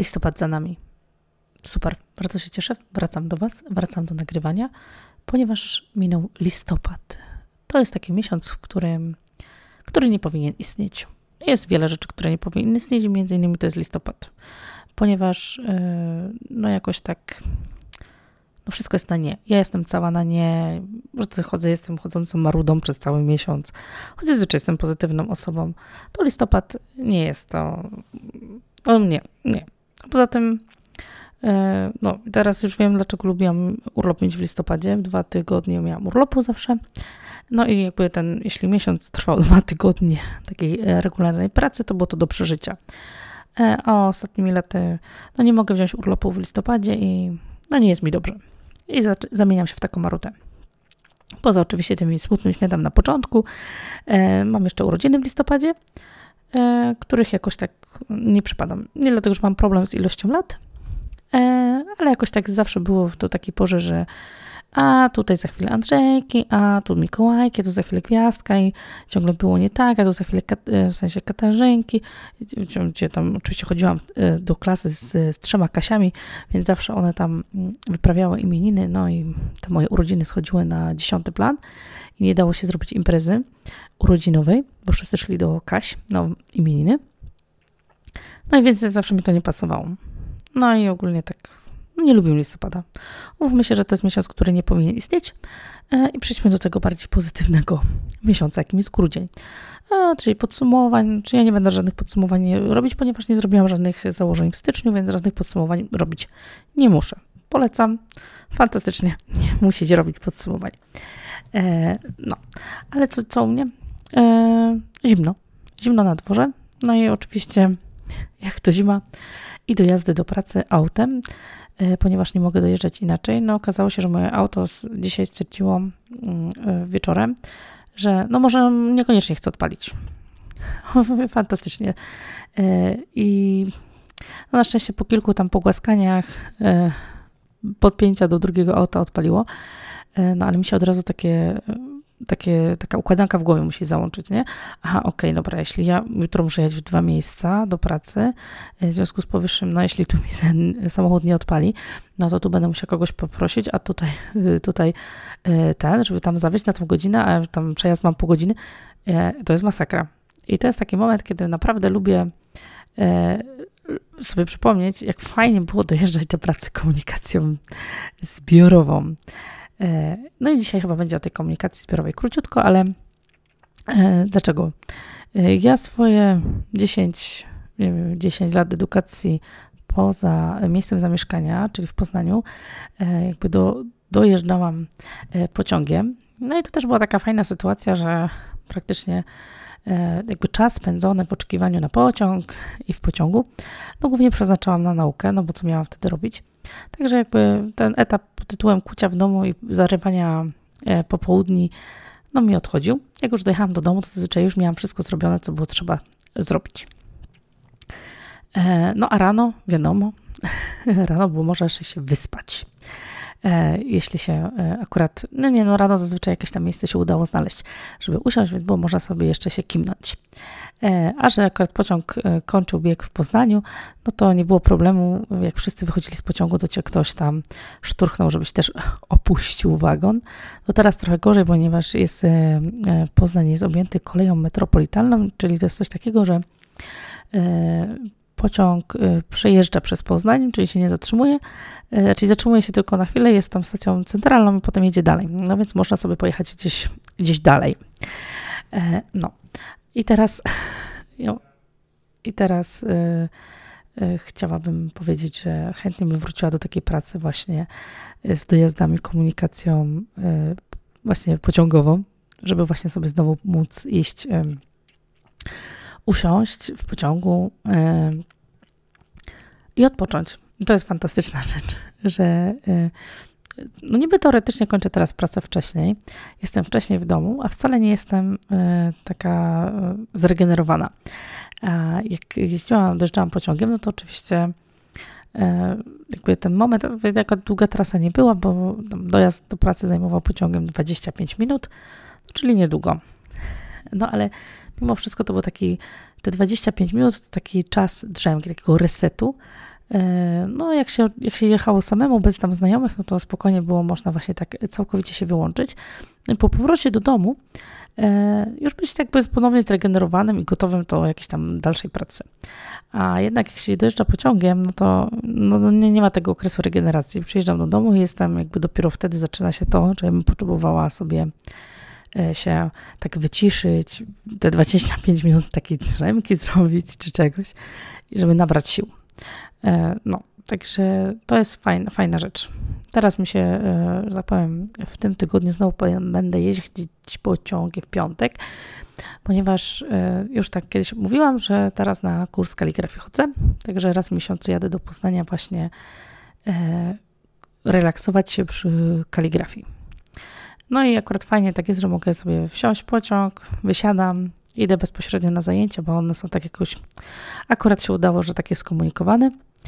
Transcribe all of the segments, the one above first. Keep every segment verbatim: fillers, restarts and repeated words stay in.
Listopad za nami. Super, bardzo się cieszę. Wracam do Was, wracam do nagrywania, ponieważ minął listopad. To jest taki miesiąc, w którym, który nie powinien istnieć. Jest wiele rzeczy, które nie powinny istnieć, między innymi to jest listopad. Ponieważ yy, no jakoś tak no wszystko jest na nie. Ja jestem cała na nie. Może chodzę, jestem chodzącą marudą przez cały miesiąc. Choć zazwyczaj jestem pozytywną osobą. To listopad nie jest to... No nie, nie. Poza tym yy, no teraz już wiem, dlaczego lubiłam urlop mieć w listopadzie. Dwa tygodnie miałam urlopu zawsze. No i jakby ten, jeśli miesiąc trwał dwa tygodnie takiej regularnej pracy, to było to do przeżycia. A ostatnimi laty, no nie mogę wziąć urlopu w listopadzie i no nie jest mi dobrze. I za, zamieniam się w taką marutę. Poza oczywiście tymi smutnym świętem na początku, e, mam jeszcze urodziny w listopadzie, e, których jakoś tak nie przypadam. Nie dlatego, że mam problem z ilością lat, e, ale jakoś tak zawsze było do takiej porze, że a tutaj za chwilę Andrzejki, a tu Mikołajki, a tu za chwilę Gwiazdka i ciągle było nie tak, a tu za chwilę w sensie Katarzynki, gdzie tam oczywiście chodziłam do klasy z, z trzema Kasiami, więc zawsze one tam wyprawiały imieniny, no i te moje urodziny schodziły na dziesiąty plan i nie dało się zrobić imprezy urodzinowej, bo wszyscy szli do Kaś na imieniny. No i więc zawsze mi to nie pasowało. No i ogólnie tak nie lubię listopada. Mówmy się, że to jest miesiąc, który nie powinien istnieć e, i przejdźmy do tego bardziej pozytywnego miesiąca, jakim jest grudzień. E, czyli podsumowań, czy ja nie będę żadnych podsumowań robić, ponieważ nie zrobiłam żadnych założeń w styczniu, więc żadnych podsumowań robić nie muszę. Polecam. Fantastycznie. Nie musicie robić podsumowań. E, no, ale co, co u mnie? E, zimno. Zimno na dworze. No i oczywiście, jak to zima, i do jazdy do pracy autem, ponieważ nie mogę dojeżdżać inaczej. No okazało się, że moje auto dzisiaj stwierdziło wieczorem, że no może niekoniecznie chcę odpalić. Fantastycznie. I no na szczęście po kilku tam pogłaskaniach podpięcia do drugiego auta odpaliło. No ale mi się od razu takie... Takie, taka układanka w głowie musi załączyć, nie? Aha, okej, okay, dobra, jeśli ja jutro muszę jechać w dwa miejsca do pracy, w związku z powyższym, no jeśli tu mi ten samochód nie odpali, no to tu będę musiała kogoś poprosić, a tutaj, tutaj ten, żeby tam zawieźć na tą godzinę, a tam przejazd mam pół godziny, to jest masakra. I to jest taki moment, kiedy naprawdę lubię sobie przypomnieć, jak fajnie było dojeżdżać do pracy komunikacją zbiorową. No i dzisiaj chyba będzie o tej komunikacji zbiorowej króciutko, ale e, dlaczego? E, ja swoje dziesięć, nie wiem, dziesięć lat edukacji poza miejscem zamieszkania, czyli w Poznaniu, e, jakby do, dojeżdżałam e, pociągiem. No i to też była taka fajna sytuacja, że praktycznie e, jakby czas spędzony w oczekiwaniu na pociąg i w pociągu, no głównie przeznaczałam na naukę, no bo co miałam wtedy robić. Także jakby ten etap pod tytułem kucia w domu i zarywania e, popołudni, no mi odchodził. Jak już dojechałam do domu, to zazwyczaj już miałam wszystko zrobione, co było trzeba zrobić. E, no a rano, wiadomo, rano było można jeszcze się wyspać. E, jeśli się e, akurat, no nie, no rano zazwyczaj jakieś tam miejsce się udało znaleźć, żeby usiąść, więc było można sobie jeszcze się kimnąć. E, a że akurat pociąg e, kończył bieg w Poznaniu, no to nie było problemu, jak wszyscy wychodzili z pociągu, to cię ktoś tam szturchnął, żebyś też opuścił wagon. No teraz trochę gorzej, ponieważ jest, e, e, Poznań jest objęty koleją metropolitalną, czyli to jest coś takiego, że e, pociąg przejeżdża przez Poznań, czyli się nie zatrzymuje, czyli zatrzymuje się tylko na chwilę, jest tam stacją centralną i potem jedzie dalej. No więc można sobie pojechać gdzieś, gdzieś dalej. No i teraz i teraz chciałabym powiedzieć, że chętnie bym wróciła do takiej pracy właśnie z dojazdami, komunikacją właśnie pociągową, żeby właśnie sobie znowu móc iść usiąść w pociągu yy, i odpocząć. To jest fantastyczna rzecz, że yy, no niby teoretycznie kończę teraz pracę wcześniej, jestem wcześniej w domu, a wcale nie jestem yy, taka yy, zregenerowana. A jak jeździłam, dojeżdżałam pociągiem, no to oczywiście yy, jakby ten moment, jaka długa trasa nie była, bo dojazd do pracy zajmował pociągiem dwadzieścia pięć minut, no, czyli niedługo. No ale mimo wszystko to był taki, te dwadzieścia pięć minut, to taki czas drzemki, takiego resetu, No jak się, jak się jechało samemu, bez tam znajomych, no to spokojnie było można właśnie tak całkowicie się wyłączyć. Po powrocie do domu już być jakby ponownie zregenerowanym i gotowym do jakiejś tam dalszej pracy. A jednak jak się dojeżdża pociągiem, no to no nie, nie ma tego okresu regeneracji. Przyjeżdżam do domu i jestem jakby dopiero wtedy zaczyna się to, że ja bym potrzebowała sobie się tak wyciszyć, te dwadzieścia pięć minut takiej drzemki zrobić czy czegoś, żeby nabrać sił. No, także to jest fajna, fajna rzecz. Teraz mi się, że tak powiem, w tym tygodniu znowu będę jeździć pociągiem w piątek, ponieważ już tak kiedyś mówiłam, że teraz na kurs kaligrafii chodzę, także raz w miesiącu jadę do Poznania właśnie relaksować się przy kaligrafii. No i akurat fajnie tak jest, że mogę sobie wsiąść w pociąg, wysiadam, idę bezpośrednio na zajęcia, bo one są tak jakoś, akurat się udało, że takie skomunikowane.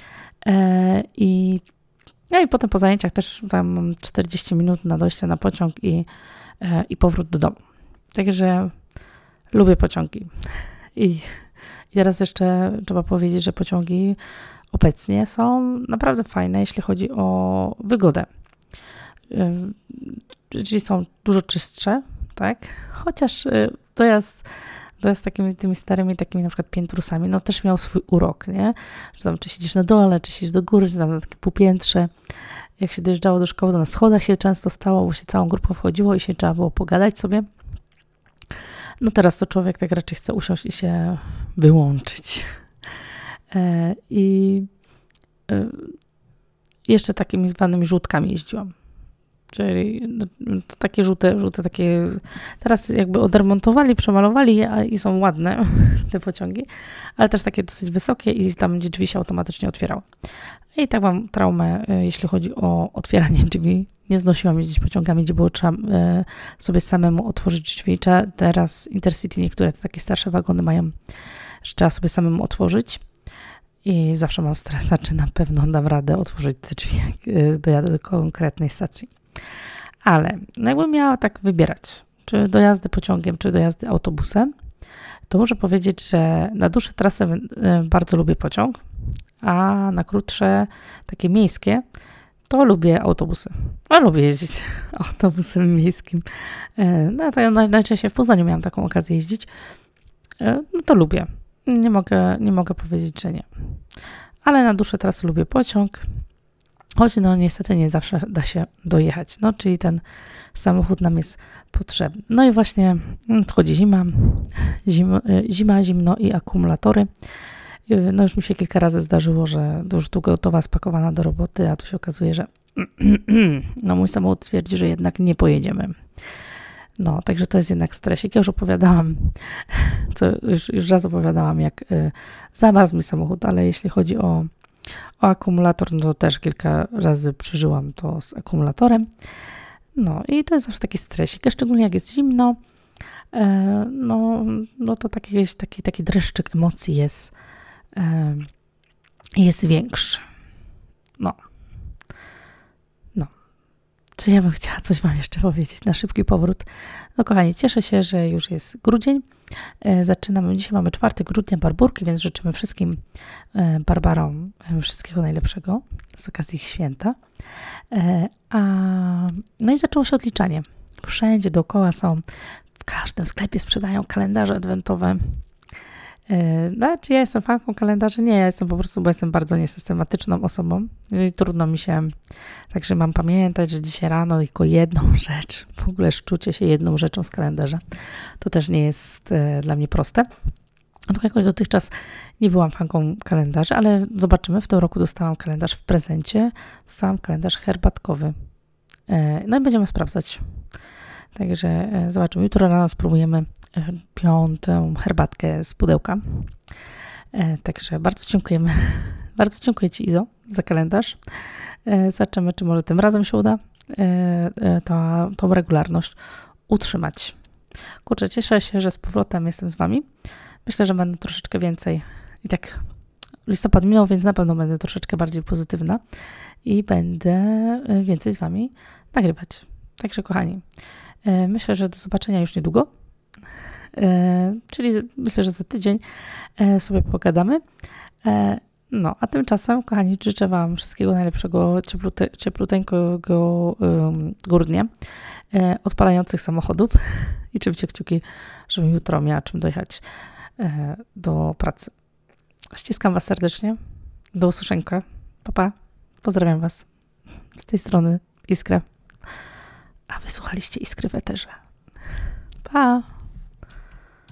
I, no i potem po zajęciach też tam mam czterdzieści minut na dojście na pociąg i, i powrót do domu. Także lubię pociągi. I, I teraz jeszcze trzeba powiedzieć, że pociągi obecnie są naprawdę fajne, jeśli chodzi o wygodę. Czyli są dużo czystsze, tak? Chociaż dojazd, dojazd takimi tymi starymi, takimi na przykład piętrusami, no też miał swój urok, nie? Że tam czy siedzisz na dole, czy siedzisz do góry, czy tam na takim półpiętrze. Jak się dojeżdżało do szkoły, to na schodach się często stało, bo się całą grupą wchodziło i się trzeba było pogadać sobie. No teraz to człowiek tak raczej chce usiąść i się wyłączyć. I jeszcze takimi zwanymi żółtkami jeździłam. Czyli no, to takie żółte, żółte takie, teraz jakby odremontowali, przemalowali je i są ładne te pociągi, ale też takie dosyć wysokie i tam, gdzie drzwi się automatycznie otwierały. I tak mam traumę, jeśli chodzi o otwieranie drzwi. Nie znosiłam jeździć pociągami, gdzie było trzeba sobie samemu otworzyć drzwi. Teraz Intercity, niektóre te takie starsze wagony mają, że trzeba sobie samemu otworzyć. I zawsze mam stresa, czy na pewno dam radę otworzyć te drzwi, jak dojadę do konkretnej stacji. Ale no jakbym miała tak wybierać, czy dojazdy pociągiem, czy dojazdy autobusem, to muszę powiedzieć, że na dłuższe trasy bardzo lubię pociąg, a na krótsze, takie miejskie, to lubię autobusy. A lubię jeździć autobusem miejskim. No to ja najczęściej w Poznaniu miałam taką okazję jeździć. No to lubię. Nie mogę, nie mogę powiedzieć, że nie. Ale na dłuższe trasy lubię pociąg. Choć no niestety nie zawsze da się dojechać. No czyli ten samochód nam jest potrzebny. No i właśnie nadchodzi zima, zima, zima, zimno i akumulatory. No już mi się kilka razy zdarzyło, że już tu gotowa, spakowana do roboty, a tu się okazuje, że no mój samochód twierdzi, że jednak nie pojedziemy. No, także to jest jednak stresik. Ja już opowiadałam, co już, już raz opowiadałam, jak y, zamarzł mi samochód, ale jeśli chodzi o, o akumulator, no to też kilka razy przeżyłam to z akumulatorem. No i to jest zawsze taki stresik, a szczególnie jak jest zimno, y, no, no to taki, taki, taki dreszczyk emocji jest, y, jest większy. No. Czy ja bym chciała coś Wam jeszcze powiedzieć na szybki powrót? No kochani, cieszę się, że już jest grudzień. E, zaczynamy, dzisiaj mamy czwartego grudnia, Barburki, więc życzymy wszystkim e, Barbarom e, wszystkiego najlepszego z okazji ich święta. E, a, no i zaczęło się odliczanie. Wszędzie dookoła są, w każdym sklepie sprzedają kalendarze adwentowe. No, czy ja jestem fanką kalendarzy? Nie, ja jestem po prostu, bo jestem bardzo niesystematyczną osobą i trudno mi się, także mam pamiętać, że dzisiaj rano tylko jedną rzecz, w ogóle szczucie się jedną rzeczą z kalendarza, to też nie jest e, dla mnie proste. No to jakoś dotychczas nie byłam fanką kalendarzy, ale zobaczymy, w tym roku dostałam kalendarz w prezencie, dostałam kalendarz herbatkowy. E, no i będziemy sprawdzać. Także e, zobaczymy, jutro rano spróbujemy piątą herbatkę z pudełka. E, także bardzo dziękujemy. Bardzo dziękuję Ci, Izo, za kalendarz. E, zobaczymy, czy może tym razem się uda e, e, to, tą regularność utrzymać. Kurczę, cieszę się, że z powrotem jestem z Wami. Myślę, że będę troszeczkę więcej. I tak listopad minął, więc na pewno będę troszeczkę bardziej pozytywna i będę więcej z Wami nagrywać. Także kochani, e, myślę, że do zobaczenia już niedługo. E, czyli myślę, że za tydzień e, sobie pogadamy. E, No, a tymczasem, kochani, życzę Wam wszystkiego najlepszego, cieplute, ciepluteńkiego um, grudnia, e, odpalających samochodów i trzymcie kciuki, żebym jutro miała czym dojechać e, do pracy. Ściskam Was serdecznie. Do usłyszenia. Pa, pa. Pozdrawiam Was. Z tej strony Iskra. A Wysłuchaliście Iskry w eterze. Pa!